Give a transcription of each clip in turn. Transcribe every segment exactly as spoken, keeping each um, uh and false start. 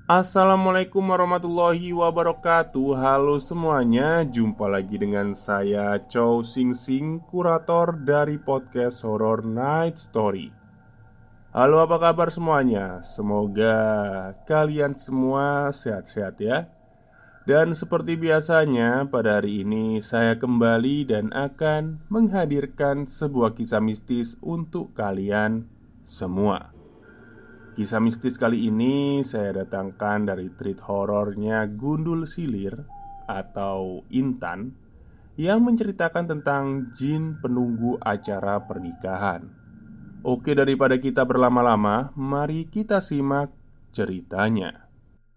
Assalamualaikum warahmatullahi wabarakatuh. Halo semuanya, jumpa lagi dengan saya Chow Sing Sing, kurator dari podcast Horror Night Story. Halo, apa kabar semuanya? Semoga kalian semua sehat-sehat ya. Dan seperti biasanya, pada hari ini saya kembali dan akan menghadirkan sebuah kisah mistis untuk kalian semua. Kisah mistis kali ini saya datangkan dari treat horornya Gundul Silir atau Intan, yang menceritakan tentang jin penunggu acara pernikahan. Oke, daripada kita berlama-lama, mari kita simak ceritanya.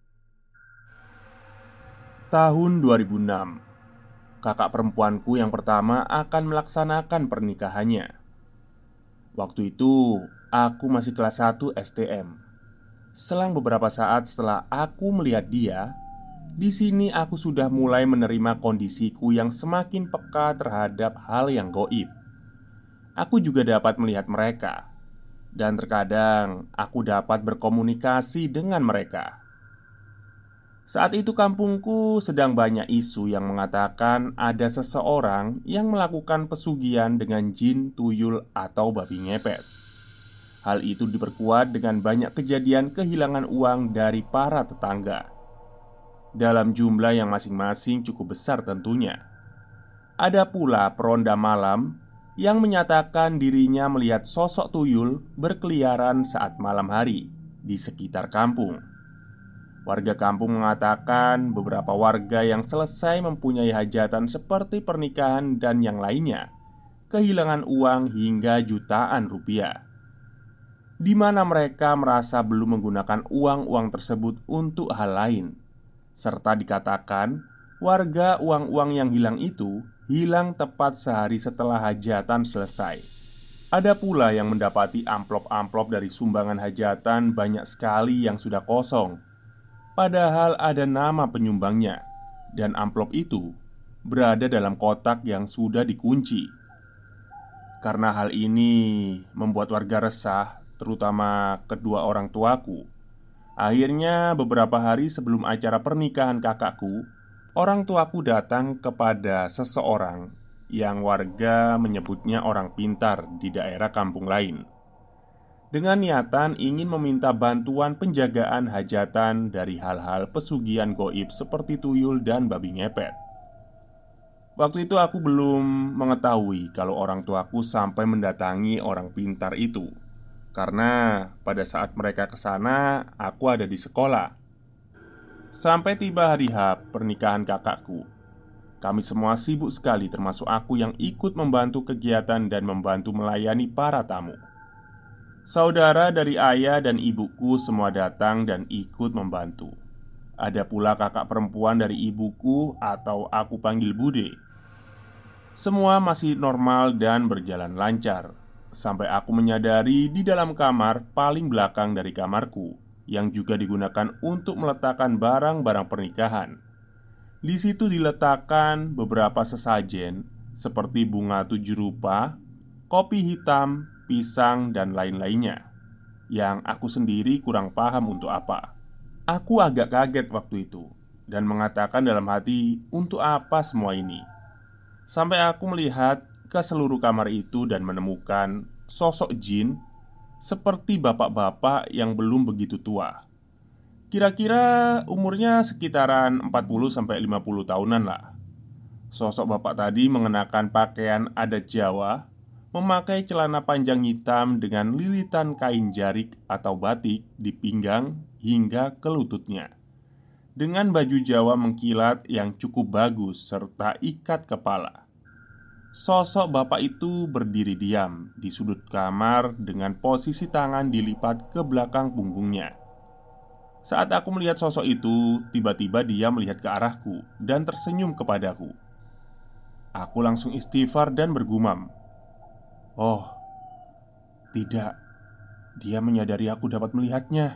Tahun dua ribu enam, kakak perempuanku yang pertama akan melaksanakan pernikahannya. Waktu itu aku masih kelas satu S T M. Selang beberapa saat setelah aku melihat dia, di sini aku sudah mulai menerima kondisiku yang semakin peka terhadap hal yang goib. Aku juga dapat melihat mereka, dan terkadang aku dapat berkomunikasi dengan mereka. Saat itu kampungku sedang banyak isu yang mengatakan ada seseorang yang melakukan pesugihan dengan jin, tuyul, atau babi ngepet. Hal itu diperkuat dengan banyak kejadian kehilangan uang dari para tetangga, dalam jumlah yang masing-masing cukup besar tentunya. Ada pula peronda malam yang menyatakan dirinya melihat sosok tuyul berkeliaran saat malam hari di sekitar kampung. Warga kampung mengatakan beberapa warga yang selesai mempunyai hajatan seperti pernikahan dan yang lainnya kehilangan uang hingga jutaan rupiah, di mana mereka merasa belum menggunakan uang-uang tersebut untuk hal lain. Serta dikatakan warga uang-uang yang hilang itu hilang tepat sehari setelah hajatan selesai. Ada pula yang mendapati amplop-amplop dari sumbangan hajatan banyak sekali yang sudah kosong, padahal ada nama penyumbangnya, dan amplop itu berada dalam kotak yang sudah dikunci. Karena hal ini membuat warga resah, terutama kedua orang tuaku. Akhirnya beberapa hari sebelum acara pernikahan kakakku, orang tuaku datang kepada seseorang yang warga menyebutnya orang pintar di daerah kampung lain, dengan niatan ingin meminta bantuan penjagaan hajatan dari hal-hal pesugihan goib seperti tuyul dan babi ngepet. Waktu itu aku belum mengetahui kalau orang tuaku sampai mendatangi orang pintar itu, karena pada saat mereka ke sana, aku ada di sekolah. Sampai tiba hari H pernikahan kakakku, kami semua sibuk sekali, termasuk aku yang ikut membantu kegiatan dan membantu melayani para tamu. Saudara dari ayah dan ibuku semua datang dan ikut membantu. Ada pula kakak perempuan dari ibuku atau aku panggil Bude. Semua masih normal dan berjalan lancar, sampai aku menyadari di dalam kamar paling belakang dari kamarku, yang juga digunakan untuk meletakkan barang-barang pernikahan. Di situ diletakkan beberapa sesajen seperti bunga tujuh rupa, kopi hitam, pisang, dan lain-lainnya, yang aku sendiri kurang paham untuk apa. Aku agak kaget waktu itu dan mengatakan dalam hati, "Untuk apa semua ini?" Sampai aku melihat ke seluruh kamar itu dan menemukan sosok jin seperti bapak-bapak yang belum begitu tua. Kira-kira umurnya sekitaran empat puluh sampai lima puluh tahunan lah. Sosok bapak tadi mengenakan pakaian adat Jawa, memakai celana panjang hitam dengan lilitan kain jarik atau batik di pinggang hingga ke lututnya, dengan baju Jawa mengkilat yang cukup bagus serta ikat kepala. Sosok bapak itu berdiri diam di sudut kamar dengan posisi tangan dilipat ke belakang punggungnya. Saat aku melihat sosok itu, tiba-tiba dia melihat ke arahku dan tersenyum kepadaku. Aku langsung istighfar dan bergumam, "Oh, tidak, dia menyadari aku dapat melihatnya."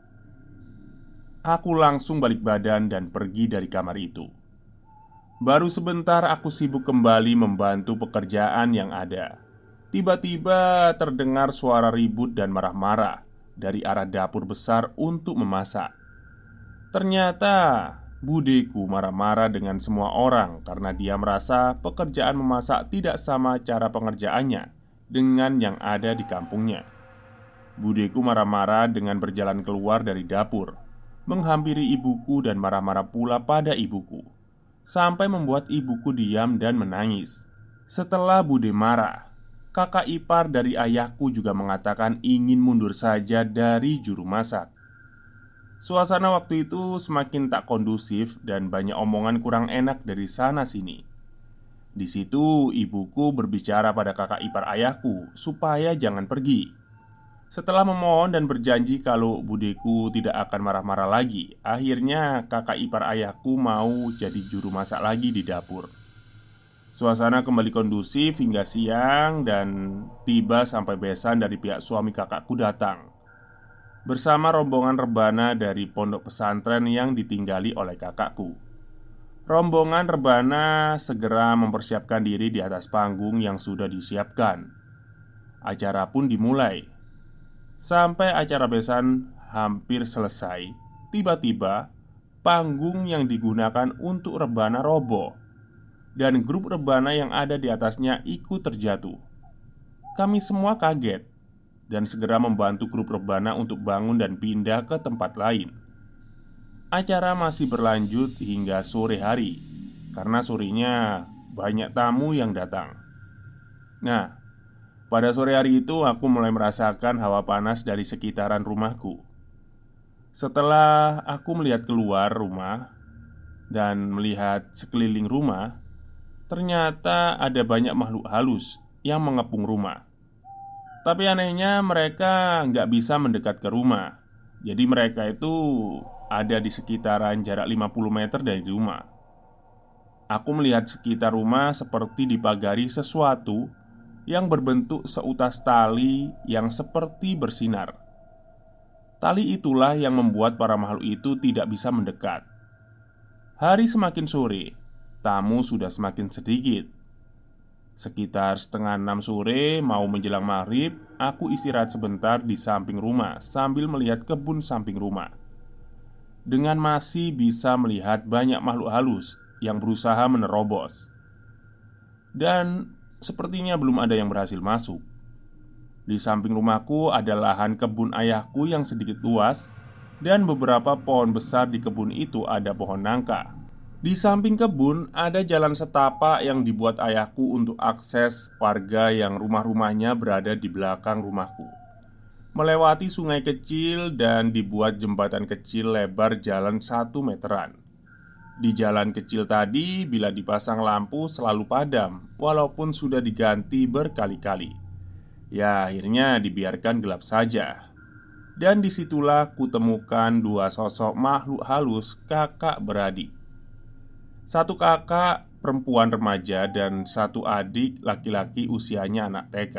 Aku langsung balik badan dan pergi dari kamar itu. Baru sebentar aku sibuk kembali membantu pekerjaan yang ada. Tiba-tiba terdengar suara ribut dan marah-marah dari arah dapur besar untuk memasak. Ternyata budeku marah-marah dengan semua orang karena dia merasa pekerjaan memasak tidak sama cara pengerjaannya dengan yang ada di kampungnya. Budeku marah-marah dengan berjalan keluar dari dapur, menghampiri ibuku dan marah-marah pula pada ibuku, sampai membuat ibuku diam dan menangis. Setelah bude marah, kakak ipar dari ayahku juga mengatakan ingin mundur saja dari juru masak. Suasana waktu itu semakin tak kondusif dan banyak omongan kurang enak dari sana sini. Di situ ibuku berbicara pada kakak ipar ayahku supaya jangan pergi. Setelah memohon dan berjanji kalau budeku tidak akan marah-marah lagi, akhirnya kakak ipar ayahku mau jadi juru masak lagi di dapur. Suasana kembali kondusif hingga siang dan tiba sampai besan dari pihak suami kakakku datang bersama rombongan rebana dari pondok pesantren yang ditinggali oleh kakakku. Rombongan rebana segera mempersiapkan diri di atas panggung yang sudah disiapkan. Acara pun dimulai. Sampai acara besan hampir selesai, tiba-tiba panggung yang digunakan untuk rebana roboh dan grup rebana yang ada di atasnya ikut terjatuh. Kami semua kaget dan segera membantu grup rebana untuk bangun dan pindah ke tempat lain. Acara masih berlanjut hingga sore hari karena sorenya banyak tamu yang datang. Nah, pada sore hari itu aku mulai merasakan hawa panas dari sekitaran rumahku. Setelah aku melihat keluar rumah dan melihat sekeliling rumah, ternyata ada banyak makhluk halus yang mengepung rumah. Tapi anehnya mereka nggak bisa mendekat ke rumah. Jadi mereka itu ada di sekitaran jarak lima puluh meter dari rumah. Aku melihat sekitar rumah seperti dipagari sesuatu yang berbentuk seutas tali yang seperti bersinar. Tali itulah yang membuat para makhluk itu tidak bisa mendekat. Hari semakin sore, tamu sudah semakin sedikit. Sekitar setengah enam sore mau menjelang maghrib, aku istirahat sebentar di samping rumah sambil melihat kebun samping rumah. Dengan masih bisa melihat banyak makhluk halus yang berusaha menerobos. Dan sepertinya belum ada yang berhasil masuk. Di samping rumahku ada lahan kebun ayahku yang sedikit luas. Dan beberapa pohon besar di kebun itu ada pohon nangka. Di samping kebun ada jalan setapak yang dibuat ayahku untuk akses warga yang rumah-rumahnya berada di belakang rumahku. Melewati sungai kecil dan dibuat jembatan kecil lebar jalan satu meteran. Di jalan kecil tadi bila dipasang lampu selalu padam walaupun sudah diganti berkali-kali. Ya akhirnya dibiarkan gelap saja. Dan disitulah kutemukan dua sosok makhluk halus kakak beradik. Satu kakak perempuan remaja dan satu adik laki-laki usianya anak T K.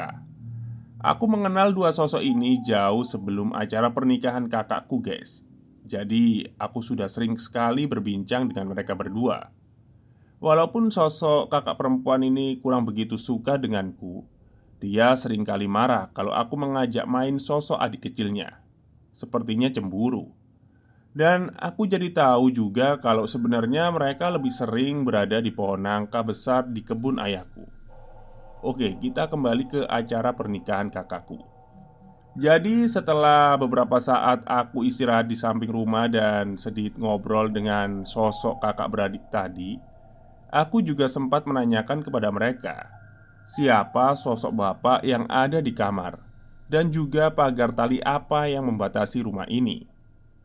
Aku mengenal dua sosok ini jauh sebelum acara pernikahan kakakku, guys. Jadi aku sudah sering sekali berbincang dengan mereka berdua. Walaupun sosok kakak perempuan ini kurang begitu suka denganku, dia sering kali marah kalau aku mengajak main sosok adik kecilnya. Sepertinya cemburu. Dan aku jadi tahu juga kalau sebenarnya mereka lebih sering berada di pohon nangka besar di kebun ayahku. Oke, kita kembali ke acara pernikahan kakakku. Jadi setelah beberapa saat aku istirahat di samping rumah dan sedikit ngobrol dengan sosok kakak beradik tadi, aku juga sempat menanyakan kepada mereka siapa sosok bapak yang ada di kamar dan juga pagar tali apa yang membatasi rumah ini.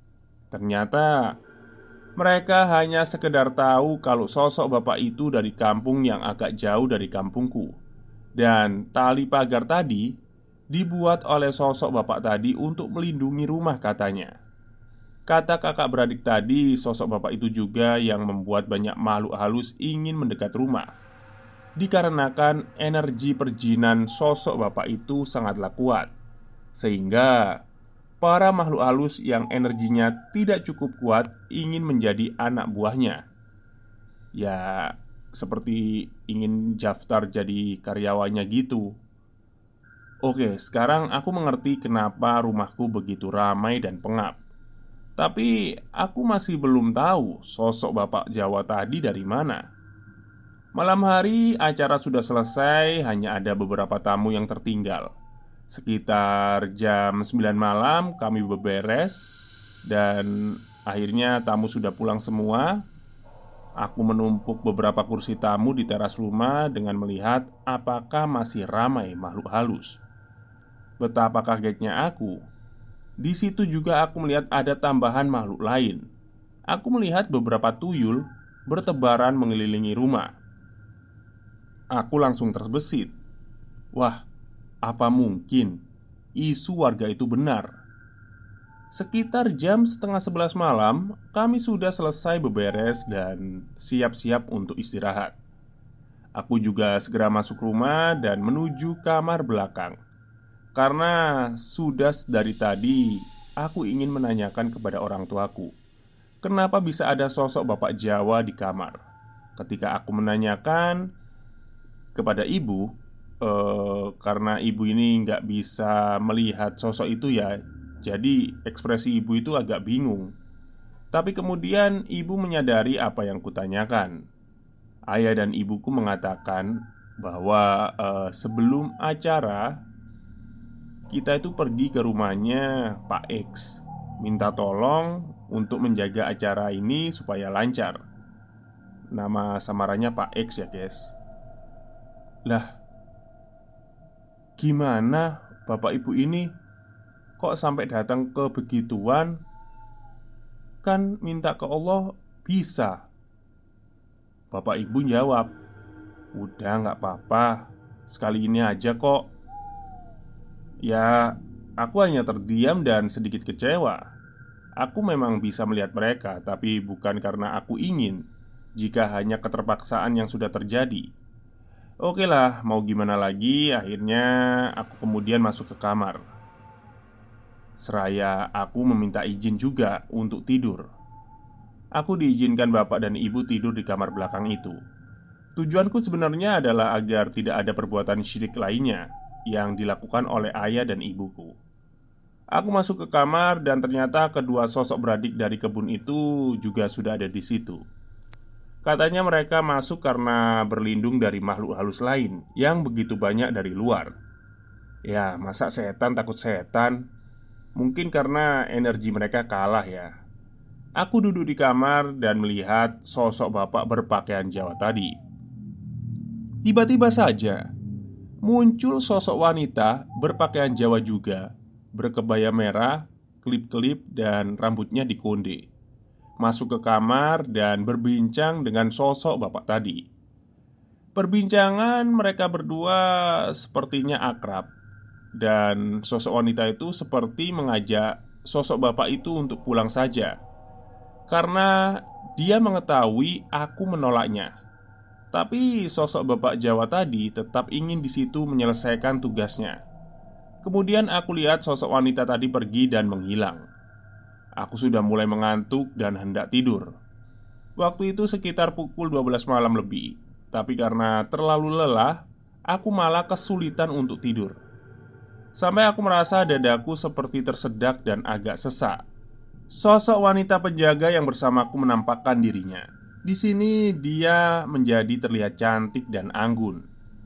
Ternyata mereka hanya sekedar tahu kalau sosok bapak itu dari kampung yang agak jauh dari kampungku. Dan tali pagar tadi dibuat oleh sosok bapak tadi untuk melindungi rumah katanya. Kata kakak beradik tadi, sosok bapak itu juga yang membuat banyak makhluk halus ingin mendekat rumah. Dikarenakan energi perjinan sosok bapak itu sangatlah kuat. Sehingga para makhluk halus yang energinya tidak cukup kuat ingin menjadi anak buahnya. Ya, seperti ingin daftar jadi karyawannya gitu. Oke, sekarang aku mengerti kenapa rumahku begitu ramai dan pengap. Tapi aku masih belum tahu sosok Bapak Jawa tadi dari mana. Malam hari acara sudah selesai, hanya ada beberapa tamu yang tertinggal. Sekitar jam sembilan malam kami beberes dan akhirnya tamu sudah pulang semua. Aku menumpuk beberapa kursi tamu di teras rumah dengan melihat apakah masih ramai makhluk halus. Betapa kagetnya aku. Di situ juga aku melihat ada tambahan makhluk lain. Aku melihat beberapa tuyul bertebaran mengelilingi rumah. Aku langsung terbesit. Wah, apa mungkin isu warga itu benar? Sekitar jam setengah sebelas malam, kami sudah selesai beberes dan siap-siap untuk istirahat. Aku juga segera masuk rumah dan menuju kamar belakang. Karena sudah dari tadi aku ingin menanyakan kepada orang tuaku, kenapa bisa ada sosok Bapak Jawa di kamar. Ketika aku menanyakan kepada ibu, eh, karena ibu ini nggak bisa melihat sosok itu ya, jadi ekspresi ibu itu agak bingung. Tapi kemudian ibu menyadari apa yang kutanyakan. Ayah dan ibuku mengatakan bahwa eh, sebelum acara kita itu pergi ke rumahnya Pak X, minta tolong untuk menjaga acara ini supaya lancar. Nama samarannya Pak X ya guys. Lah, gimana bapak ibu ini kok sampai datang ke begituan? Kan minta ke Allah bisa. Bapak ibu jawab, udah gak apa-apa, sekali ini aja kok. Ya, aku hanya terdiam dan sedikit kecewa. Aku memang bisa melihat mereka, tapi bukan karena aku ingin. Jika hanya keterpaksaan yang sudah terjadi. Oke lah, mau gimana lagi. Akhirnya aku kemudian masuk ke kamar. Seraya aku meminta izin juga untuk tidur. Aku diizinkan bapak dan ibu tidur di kamar belakang itu. Tujuanku sebenarnya adalah agar tidak ada perbuatan syirik lainnya yang dilakukan oleh ayah dan ibuku. Aku masuk ke kamar dan ternyata kedua sosok beradik dari kebun itu juga sudah ada di situ. Katanya mereka masuk karena berlindung dari makhluk halus lain yang begitu banyak dari luar. Ya, masa setan takut setan? Mungkin karena energi mereka kalah ya. Aku duduk di kamar dan melihat sosok bapak berpakaian Jawa tadi. Tiba-tiba saja muncul sosok wanita berpakaian Jawa juga, berkebaya merah, klip-klip dan rambutnya dikonde. Masuk ke kamar dan berbincang dengan sosok bapak tadi. Perbincangan mereka berdua sepertinya akrab. Dan sosok wanita itu seperti mengajak sosok bapak itu untuk pulang saja, karena dia mengetahui aku menolaknya. Tapi sosok bapak Jawa tadi tetap ingin di situ menyelesaikan tugasnya. Kemudian aku lihat sosok wanita tadi pergi dan menghilang. Aku sudah mulai mengantuk dan hendak tidur. Waktu itu sekitar pukul dua belas malam lebih. Tapi karena terlalu lelah, aku malah kesulitan untuk tidur. Sampai aku merasa dadaku seperti tersedak dan agak sesak. Sosok wanita penjaga yang bersamaku menampakkan dirinya. Di sini dia menjadi terlihat cantik dan anggun.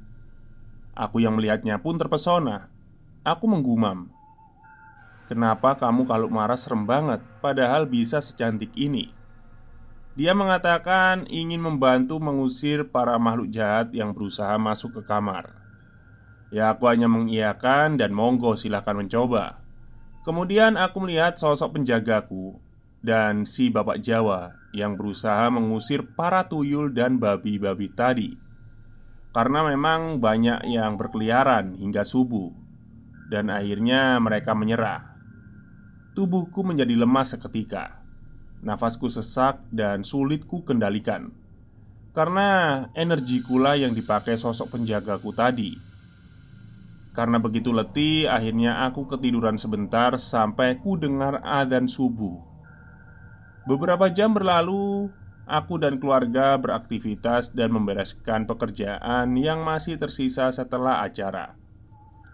Aku yang melihatnya pun terpesona. Aku menggumam, "Kenapa kamu kalau marah serem banget, padahal bisa secantik ini?" Dia mengatakan ingin membantu mengusir para makhluk jahat yang berusaha masuk ke kamar. Ya, aku hanya mengiyakan dan monggo silahkan mencoba. Kemudian aku melihat sosok penjagaku dan si bapak Jawa yang berusaha mengusir para tuyul dan babi-babi tadi. Karena memang banyak yang berkeliaran hingga subuh. Dan akhirnya mereka menyerah. Tubuhku menjadi lemas seketika. Nafasku sesak dan sulit ku kendalikan. Karena energikulah yang dipakai sosok penjagaku tadi. Karena begitu letih, akhirnya aku ketiduran sebentar sampai ku dengar adzan subuh. Beberapa jam berlalu, aku dan keluarga beraktivitas dan membereskan pekerjaan yang masih tersisa setelah acara.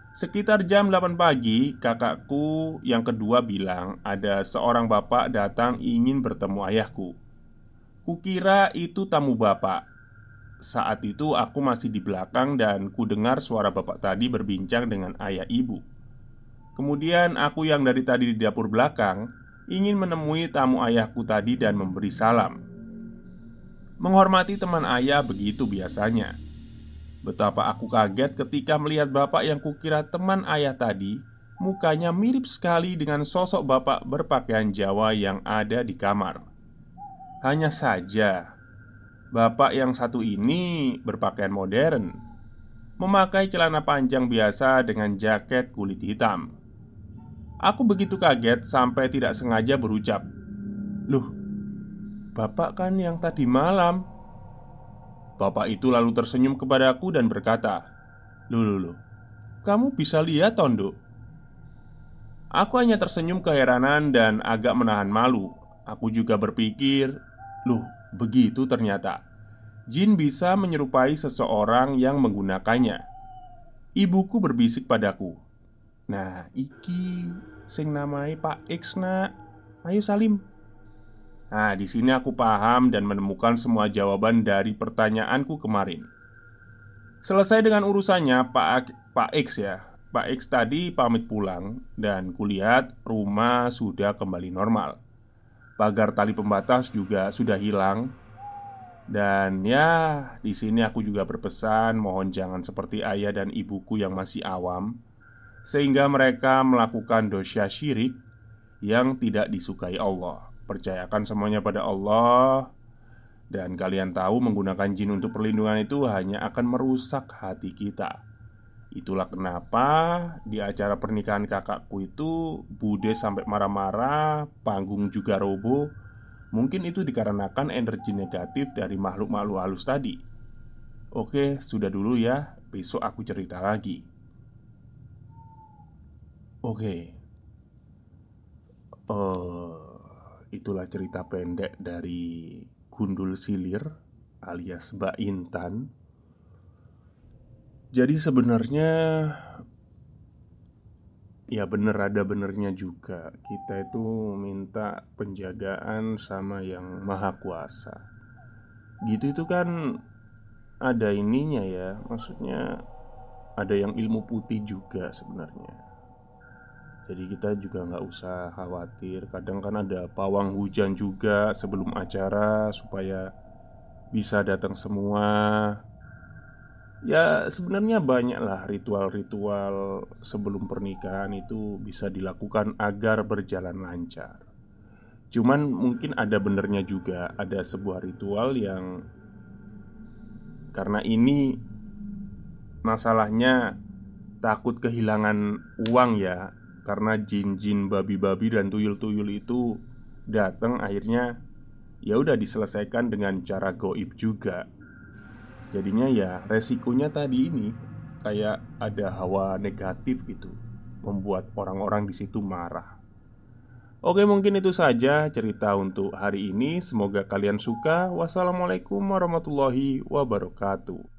Sekitar jam delapan pagi, kakakku yang kedua bilang ada seorang bapak datang ingin bertemu ayahku. Kukira itu tamu bapak. Saat itu aku masih di belakang dan kudengar suara bapak tadi berbincang dengan ayah ibu. Kemudian aku yang dari tadi di dapur belakang ingin menemui tamu ayahku tadi dan memberi salam. Menghormati teman ayah begitu biasanya. Betapa aku kaget ketika melihat bapak yang kukira teman ayah tadi. Mukanya mirip sekali dengan sosok bapak berpakaian Jawa yang ada di kamar. Hanya saja bapak yang satu ini berpakaian modern, memakai celana panjang biasa dengan jaket kulit hitam. Aku begitu kaget sampai tidak sengaja berucap, "Loh, bapak kan yang tadi malam?" Bapak itu lalu tersenyum kepadaku dan berkata, "Loh, loh, loh, kamu bisa lihat Tondo?" Aku hanya tersenyum keheranan dan agak menahan malu. Aku juga berpikir, "Loh, begitu ternyata jin bisa menyerupai seseorang yang menggunakannya." Ibuku berbisik padaku, "Nah, iki sing namai Pak X nak. Ayo salim." Nah, di sini aku paham dan menemukan semua jawaban dari pertanyaanku kemarin. Selesai dengan urusannya, Pak Pak X ya. Pak X tadi pamit pulang dan kulihat rumah sudah kembali normal. Pagar tali pembatas juga sudah hilang. Dan ya, di sini aku juga berpesan mohon jangan seperti ayah dan ibuku yang masih awam, sehingga mereka melakukan dosa syirik yang tidak disukai Allah. Percayakan semuanya pada Allah. Dan kalian tahu menggunakan jin untuk perlindungan itu hanya akan merusak hati kita. Itulah kenapa di acara pernikahan kakakku itu Bude sampai marah-marah, panggung juga roboh. Mungkin itu dikarenakan energi negatif dari makhluk-makhluk halus tadi. Oke, sudah dulu ya. Besok aku cerita lagi. Oke. Uh, itulah cerita pendek dari Gundul Silir alias Mbak Intan. Jadi sebenarnya ya bener ada benernya juga. Kita itu minta penjagaan sama yang maha kuasa. Gitu itu kan ada ininya ya. Maksudnya ada yang ilmu putih juga sebenarnya. Jadi kita juga nggak usah khawatir. Kadang kan ada pawang hujan juga sebelum acara supaya bisa datang semua. Ya sebenarnya banyak lah ritual-ritual sebelum pernikahan itu bisa dilakukan agar berjalan lancar. Cuman mungkin ada benernya juga. Ada sebuah ritual yang karena ini masalahnya takut kehilangan uang ya. Karena jin-jin babi-babi dan tuyul-tuyul itu datang akhirnya ya udah diselesaikan dengan cara goib juga. Jadinya ya resikonya tadi ini kayak ada hawa negatif gitu, membuat orang-orang di situ marah. Oke, mungkin itu saja cerita untuk hari ini. Semoga kalian suka. Wassalamualaikum warahmatullahi wabarakatuh.